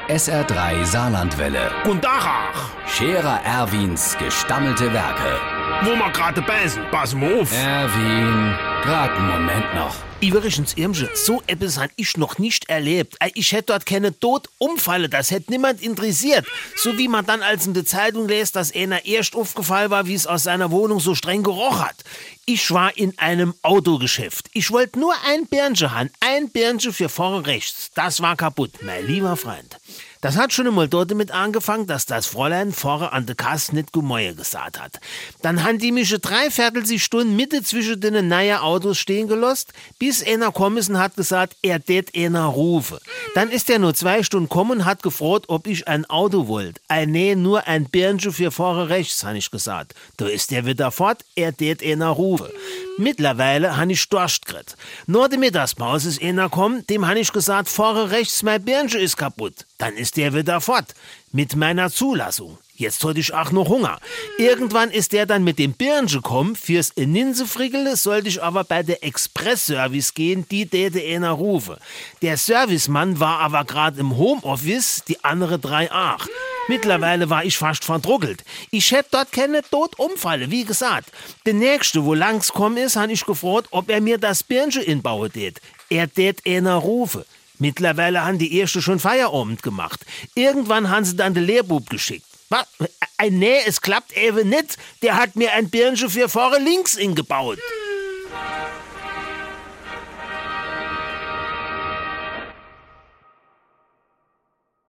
SR3 Saarlandwelle. Guten Tag. Scherer Erwins gestammelte Werke. Wo wir gerade beißen, pass mal auf. Erwin, grad einen Moment noch. Übrigens, Irmsche, so etwas habe ich noch nicht erlebt. Ich hätte dort keine Tod umfallen, das hätte niemand interessiert. So wie man dann als in der Zeitung liest, dass einer erst aufgefallen war, wie es aus seiner Wohnung so streng gerochen hat. Ich war in einem Autogeschäft. Ich wollte nur ein Birnchen haben, ein Birnchen für vorne rechts. Das war kaputt, mein lieber Freund. Das hat schon einmal dort mit angefangen, dass das Fräulein vorne an der Kasse nicht Gemäue gesagt hat. Dann haben die mich 3/4 Stunde Mitte zwischen den neuen Autos stehen gelassen, bis einer gekommen ist und hat gesagt, er tät einer rufe. Dann ist er nur 2 Stunden gekommen und hat gefragt, ob ich ein Auto wollte. Nee, nur ein Birnchen für vorne rechts, habe ich gesagt. Da ist er wieder fort, er tät einer rufe. Mittlerweile habe ich Durst gekriegt. Nach der Mittagspause ist einer gekommen, dem habe ich gesagt, vorne rechts, mein Birnchen ist kaputt. Dann ist der wieder fort. Mit meiner Zulassung. Jetzt hatte ich auch noch Hunger. Irgendwann ist der dann mit dem Birnchen gekommen. Fürs Ninsenfrickele sollte ich aber bei der Express-Service gehen, die täte einer rufe. Der Servicemann war aber gerade im Homeoffice, die andere 3 auch. Mittlerweile war ich fast verdruckelt. Ich hätte dort keine Tod umfallen, wie gesagt. Der Nächste, wo langs gekommen ist, habe ich gefragt, ob er mir das Birnchen inbauen tät. Er tät einer rufe. Mittlerweile haben die Erste schon Feierabend gemacht. Irgendwann haben sie dann den Lehrbub geschickt. Was? Nee, es klappt eben nicht. Der hat mir ein Birnchen für vorne links ingebaut.